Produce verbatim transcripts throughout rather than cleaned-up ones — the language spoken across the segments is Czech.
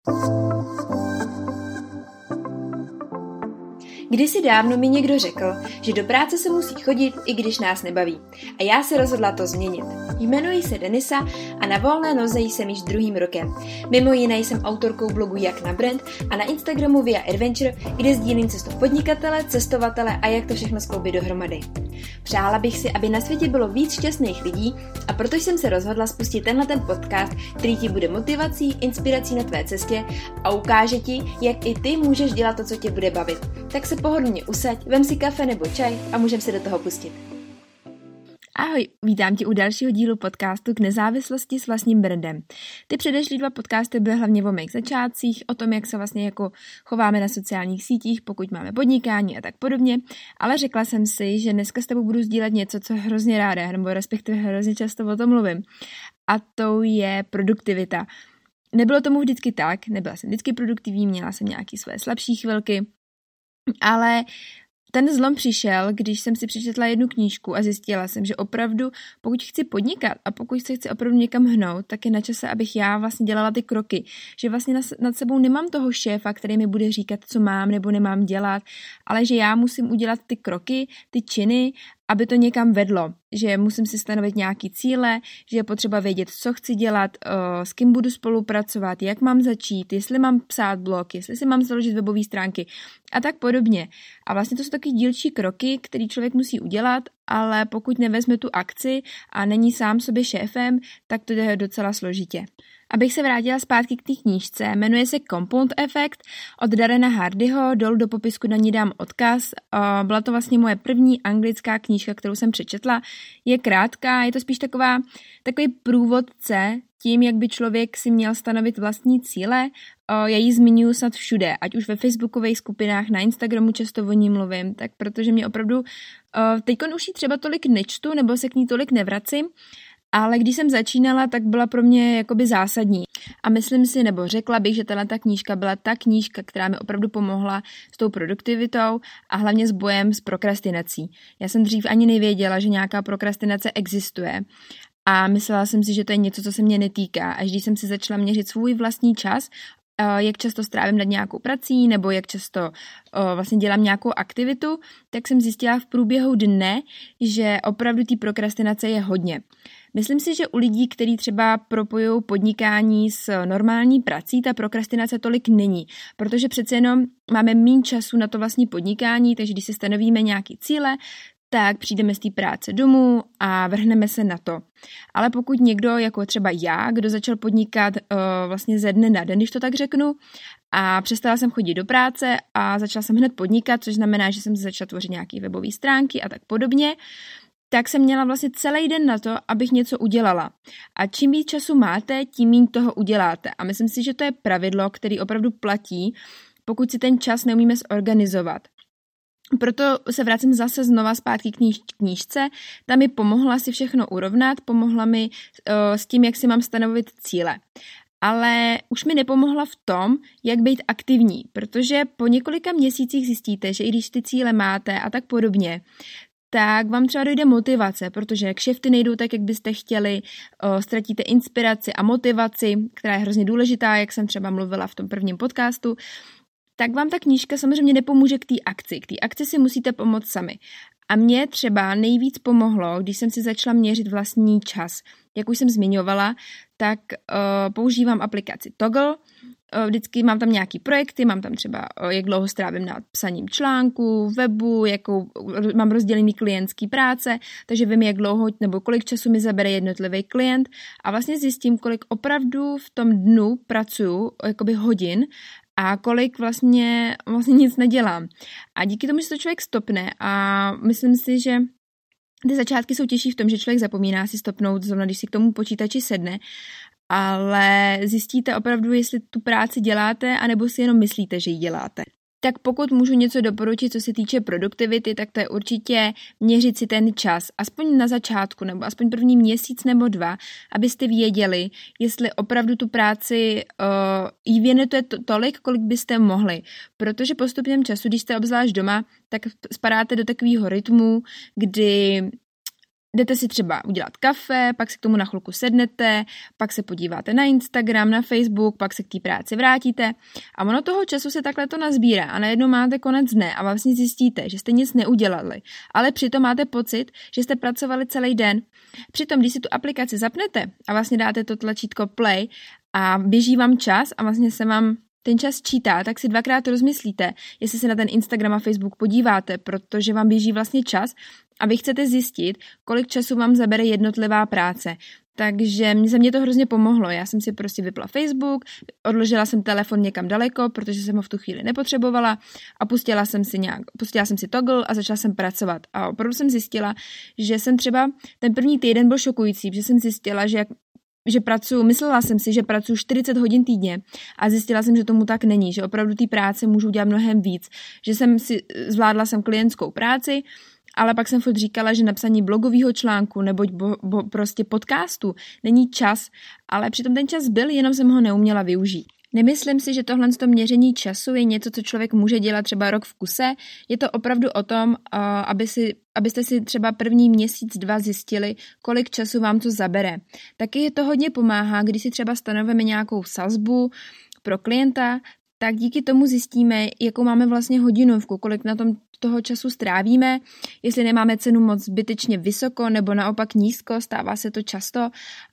Kdysi dávno mi někdo řekl, že do práce se musí chodit, i když nás nebaví. A já se rozhodla to změnit. Jmenuji se Denisa a na volné noze jsem již druhým rokem. Mimo jiné jsem autorkou blogu Jak na brand a na Instagramu Via Adventure, kde sdílím cestu podnikatele, cestovatele a jak to všechno skloubit dohromady. Přála bych si, aby na světě bylo víc šťastných lidí, a proto jsem se rozhodla spustit tenhle ten podcast, který ti bude motivací, inspirací na tvé cestě a ukáže ti, jak i ty můžeš dělat to, co tě bude bavit. Tak se pohodlně usaď, vem si kafe nebo čaj a můžeme se do toho pustit. Ahoj, vítám tě u dalšího dílu podcastu K nezávislosti s vlastním brandem. Ty předešlý dva podcasty byly hlavně o mých začátcích, o tom, jak se vlastně jako chováme na sociálních sítích, pokud máme podnikání a tak podobně, ale řekla jsem si, že dneska s tebou budu sdílet něco, co hrozně ráda, nebo respektive hrozně často o tom mluvím, a to je produktivita. Nebylo tomu vždycky tak, nebyla jsem vždycky produktivní, měla jsem nějaké své slabší chvilky, ale ten zlom přišel, když jsem si přečetla jednu knížku a zjistila jsem, že opravdu, pokud chci podnikat a pokud se chci opravdu někam hnout, tak je na čase, abych já vlastně dělala ty kroky. Že vlastně nad sebou nemám toho šéfa, který mi bude říkat, co mám nebo nemám dělat, ale že já musím udělat ty kroky, ty činy, aby to někam vedlo, že musím si stanovit nějaký cíle, že je potřeba vědět, co chci dělat, s kým budu spolupracovat, jak mám začít, jestli mám psát blog, jestli si mám založit webové stránky a tak podobně. A vlastně to jsou taky dílčí kroky, který člověk musí udělat, ale pokud nevezme tu akci a není sám sobě šéfem, tak to jde docela složitě. Abych se vrátila zpátky k té knížce, jmenuje se Compound Effect od Darrena Hardyho, dolů do popisku na ní dám odkaz. Byla to vlastně moje první anglická knížka, kterou jsem přečetla. Je krátká, je to spíš taková, takový průvodce tím, jak by člověk si měl stanovit vlastní cíle. Já ji zmiňuji snad všude, ať už ve facebookových skupinách, na Instagramu často o ní mluvím, tak protože mě opravdu teďkon už ji třeba tolik nečtu, nebo se k ní tolik nevracím, ale když jsem začínala, tak byla pro mě jakoby zásadní. A myslím si, nebo řekla bych, že tato knížka byla ta knížka, která mi opravdu pomohla s tou produktivitou a hlavně s bojem s prokrastinací. Já jsem dřív ani nevěděla, že nějaká prokrastinace existuje. A myslela jsem si, že to je něco, co se mě netýká. Až když jsem si začala měřit svůj vlastní čas, jak často strávím nad nějakou prací nebo jak často o, vlastně dělám nějakou aktivitu, tak jsem zjistila v průběhu dne, že opravdu té prokrastinace je hodně. Myslím si, že u lidí, kteří třeba propojují podnikání s normální prací, ta prokrastinace tolik není, protože přece jenom máme méně času na to vlastní podnikání, takže když si stanovíme nějaké cíle, tak přijdeme z té práce domů a vrhneme se na to. Ale pokud někdo, jako třeba já, kdo začal podnikat uh, vlastně ze dne na den, když to tak řeknu, a přestala jsem chodit do práce a začala jsem hned podnikat, což znamená, že jsem začala tvořit nějaké webové stránky a tak podobně, tak jsem měla vlastně celý den na to, abych něco udělala. A čím víc času máte, tím méně toho uděláte. A myslím si, že to je pravidlo, který opravdu platí, pokud si ten čas neumíme zorganizovat. Proto se vracím zase znova zpátky k kníž, knížce. Ta mi pomohla si všechno urovnat, pomohla mi uh, s tím, jak si mám stanovit cíle. Ale už mi nepomohla v tom, jak být aktivní, protože po několika měsících zjistíte, že i když ty cíle máte a tak podobně, tak vám třeba dojde motivace, protože kšefty nejdou tak, jak byste chtěli, o, ztratíte inspiraci a motivaci, která je hrozně důležitá, jak jsem třeba mluvila v tom prvním podcastu, tak vám ta knížka samozřejmě nepomůže k té akci. K té akci si musíte pomoct sami. A mně třeba nejvíc pomohlo, když jsem si začala měřit vlastní čas. Jak už jsem zmiňovala, tak uh, používám aplikaci Toggl. Uh, vždycky mám tam nějaký projekty, mám tam třeba, uh, jak dlouho strávím nad psaním článku, webu, jakou mám rozdělený klientský práce, takže vím, jak dlouho nebo kolik času mi zabere jednotlivý klient a vlastně zjistím, kolik opravdu v tom dnu pracuju, jakoby hodin, a kolik vlastně, vlastně nic nedělám. A díky tomu, že se to člověk stopne a myslím si, že ty začátky jsou těžší v tom, že člověk zapomíná si stopnout, zrovna když si k tomu počítači sedne, ale zjistíte opravdu, jestli tu práci děláte, anebo si jenom myslíte, že ji děláte. Tak pokud můžu něco doporučit, co se týče produktivity, tak to je určitě měřit si ten čas, aspoň na začátku, nebo aspoň první měsíc nebo dva, abyste věděli, jestli opravdu tu práci uh, jí věnujete to, tolik, kolik byste mohli. Protože postupem času, když jste obzvlášť doma, tak spadáte do takového rytmu, kdy jdete si třeba udělat kafe, pak si k tomu na chvilku sednete, pak se podíváte na Instagram, na Facebook, pak se k té práci vrátíte a ono toho času se takhle to nazbírá a najednou máte konec dne a vlastně zjistíte, že jste nic neudělali, ale přitom máte pocit, že jste pracovali celý den. Přitom, když si tu aplikaci zapnete a vlastně dáte to tlačítko play a běží vám čas a vlastně se vám ten čas čítá, tak si dvakrát rozmyslíte, jestli se na ten Instagram a Facebook podíváte, protože vám běží vlastně čas a vy chcete zjistit, kolik času vám zabere jednotlivá práce. Takže za mě to hrozně pomohlo. Já jsem si prostě vypla Facebook, odložila jsem telefon někam daleko, protože jsem ho v tu chvíli nepotřebovala a pustila jsem si nějak, pustila jsem si toggle a začala jsem pracovat. A opravdu jsem zjistila, že jsem třeba, ten první týden byl šokující, že jsem zjistila, že jak že pracuji, myslela jsem si, že pracuji čtyřicet hodin týdně a zjistila jsem, že tomu tak není, že opravdu té práce můžu dělat mnohem víc, že jsem si, zvládla jsem klientskou práci, ale pak jsem furt říkala, že napsaní blogového článku nebo bo, bo, prostě podcastu není čas, ale přitom ten čas byl, jenom jsem ho neuměla využít. Nemyslím si, že tohle měření času je něco, co člověk může dělat třeba rok v kuse. Je to opravdu o tom, aby si, abyste si třeba první měsíc, dva zjistili, kolik času vám to zabere. Taky je to hodně pomáhá, když si třeba stanovíme nějakou sazbu pro klienta, tak díky tomu zjistíme, jakou máme vlastně hodinovku, kolik na tom toho času strávíme, jestli nemáme cenu moc zbytečně vysoko nebo naopak nízko, stává se to často.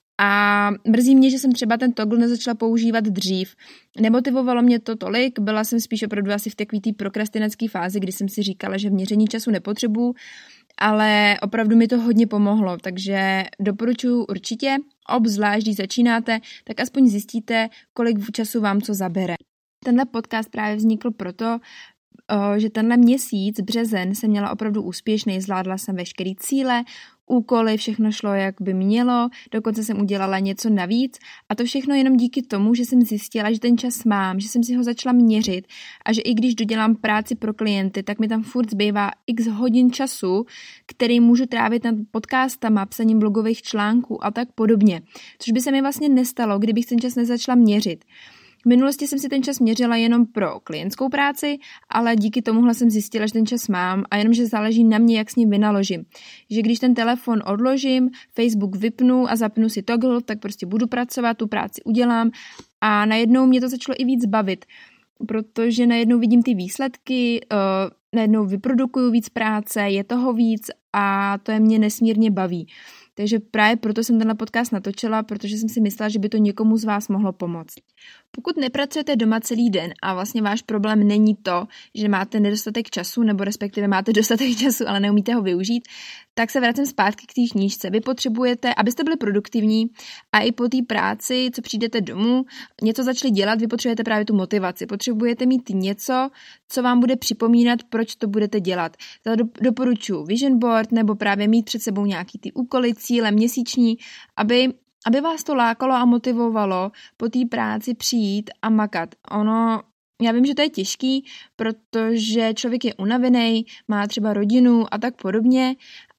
A mrzí mě, že jsem třeba ten toggle nezačala používat dřív. Nemotivovalo mě to tolik, byla jsem spíš opravdu asi v takové té prokrastinacké fázi, kdy jsem si říkala, že měření času nepotřebuju, ale opravdu mi to hodně pomohlo, takže doporučuji určitě, obzvlášť když začínáte, tak aspoň zjistíte, kolik času vám co zabere. Tenhle podcast právě vznikl proto, že tenhle měsíc, březen, jsem měla opravdu úspěšný, zvládla jsem veškerý cíle, úkoly, všechno šlo, jak by mělo, dokonce jsem udělala něco navíc a to všechno jenom díky tomu, že jsem zjistila, že ten čas mám, že jsem si ho začala měřit a že i když dodělám práci pro klienty, tak mi tam furt zbývá x hodin času, který můžu trávit nad podcastama, psaním blogových článků a tak podobně, což by se mi vlastně nestalo, kdybych ten čas nezačala měřit. V minulosti jsem si ten čas měřila jenom pro klientskou práci, ale díky tomuhle jsem zjistila, že ten čas mám a jenom, že záleží na mě, jak s ním vynaložím. Že když ten telefon odložím, Facebook vypnu a zapnu si toggle, tak prostě budu pracovat, tu práci udělám a najednou mě to začalo i víc bavit, protože najednou vidím ty výsledky, najednou vyprodukuju víc práce, je toho víc a to je mě nesmírně baví. Takže právě proto jsem tenhle podcast natočila, protože jsem si myslela, že by to někomu z vás mohlo pomoct. Pokud nepracujete doma celý den a vlastně váš problém není to, že máte nedostatek času, nebo respektive máte dostatek času, ale neumíte ho využít, tak se vracím zpátky k té knížce. Vy potřebujete, abyste byli produktivní a i po té práci, co přijdete domů, něco začali dělat, vy potřebujete právě tu motivaci. Potřebujete mít něco, co vám bude připomínat, proč to budete dělat. Za doporučuji vision board nebo právě mít před sebou nějaký ty úkoly, cíle měsíční, aby aby vás to lákalo a motivovalo po té práci přijít a makat. Ono, já vím, že to je těžký, protože člověk je unavený, má třeba rodinu a tak podobně,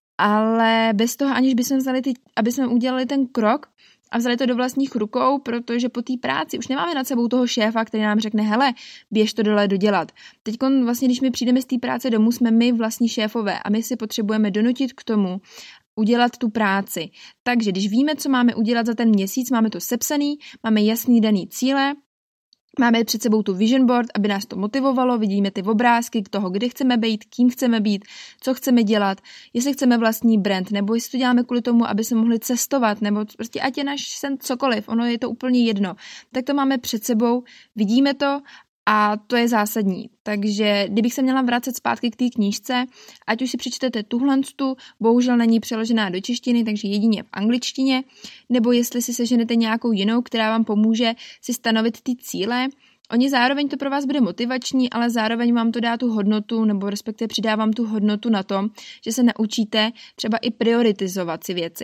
ale bez toho, aniž bychom vzali ty, aby jsme udělali ten krok a vzali to do vlastních rukou, protože po té práci už nemáme nad sebou toho šéfa, který nám řekne, hele, běž to dole dodělat. Teď vlastně, když my přijdeme z té práce domů, jsme my vlastní šéfové a my si potřebujeme donutit k tomu, udělat tu práci. Takže když víme, co máme udělat za ten měsíc, máme to sepsaný, máme jasný daný cíle, máme před sebou tu vision board, aby nás to motivovalo, vidíme ty obrázky k toho, kde chceme být, kým chceme být, co chceme dělat, jestli chceme vlastní brand, nebo jestli to děláme kvůli tomu, aby jsme mohli cestovat, nebo prostě ať je náš sen cokoliv, ono je to úplně jedno. Tak to máme před sebou, vidíme to a to je zásadní. Takže kdybych se měla vracet zpátky k té knížce, ať už si přečtete tuhlenstu, bohužel není přeložená do češtiny, takže jedině v angličtině, nebo jestli si seženete nějakou jinou, která vám pomůže si stanovit ty cíle. Oni zároveň to pro vás bude motivační, ale zároveň vám to dá tu hodnotu, nebo respektive přidá vám tu hodnotu na tom, že se naučíte třeba i prioritizovat si věci.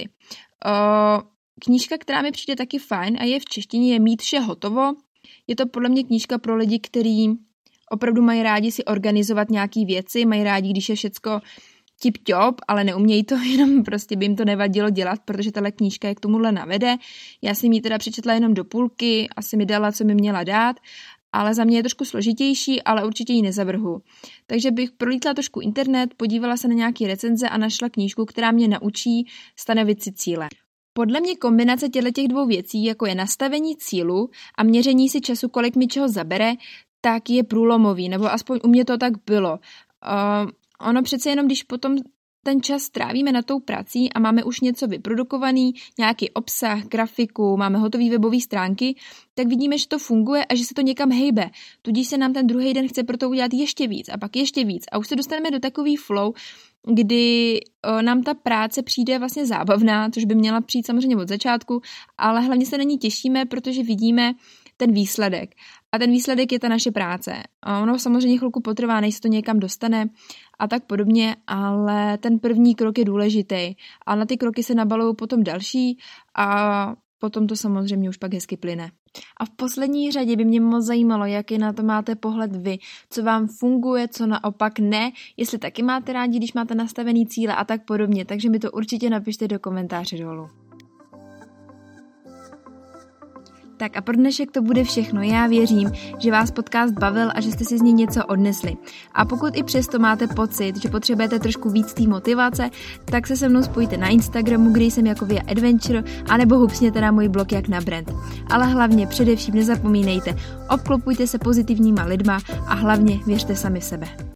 O, knížka, která mi přijde taky fajn a je v češtině, je Mít vše hotovo. Je to podle mě knížka pro lidi, kteří opravdu mají rádi si organizovat nějaký věci, mají rádi, když je všecko tip-top, ale neumějí to, jenom prostě by jim to nevadilo dělat, protože tahle knížka je k tomuhle navede. Já jsem ji teda přečetla jenom do půlky, asi mi dala, co mi měla dát, ale za mě je trošku složitější, ale určitě ji nezavrhu. Takže bych prolítla trošku internet, podívala se na nějaké recenze a našla knížku, která mě naučí stanovit si cíle. Podle mě kombinace těchto dvou věcí, jako je nastavení cílu a měření si času, kolik mi čeho zabere, tak je průlomový, nebo aspoň u mě to tak bylo. Uh, ono přece jenom, když potom ten čas strávíme na tou prací a máme už něco vyprodukovaný, nějaký obsah, grafiku, máme hotové webové stránky, tak vidíme, že to funguje a že se to někam hejbe. Tudíž se nám ten druhý den chce pro to udělat ještě víc a pak ještě víc. A už se dostaneme do takový flow, kdy o, nám ta práce přijde vlastně zábavná, což by měla přijít samozřejmě od začátku, ale hlavně se na ní těšíme, protože vidíme ten výsledek. A ten výsledek je ta naše práce. A ono samozřejmě chvilku potrvá, než se to někam dostane a tak podobně, ale ten první krok je důležitý. A na ty kroky se nabalují potom další a potom to samozřejmě už pak hezky plyne. A v poslední řadě by mě moc zajímalo, jaký na to máte pohled vy, co vám funguje, co naopak ne, jestli taky máte rádi, když máte nastavený cíle a tak podobně, takže mi to určitě napište do komentáře dolů. Tak a pro dnešek to bude všechno. Já věřím, že vás podcast bavil a že jste si z něj něco odnesli. A pokud i přesto máte pocit, že potřebujete trošku víc té motivace, tak se se mnou spojte na Instagramu, kde jsem jako Via Adventure, anebo hupsněte na můj blog Jak na brand. Ale hlavně především nezapomínejte, obklopujte se pozitivníma lidma a hlavně věřte sami v sebe.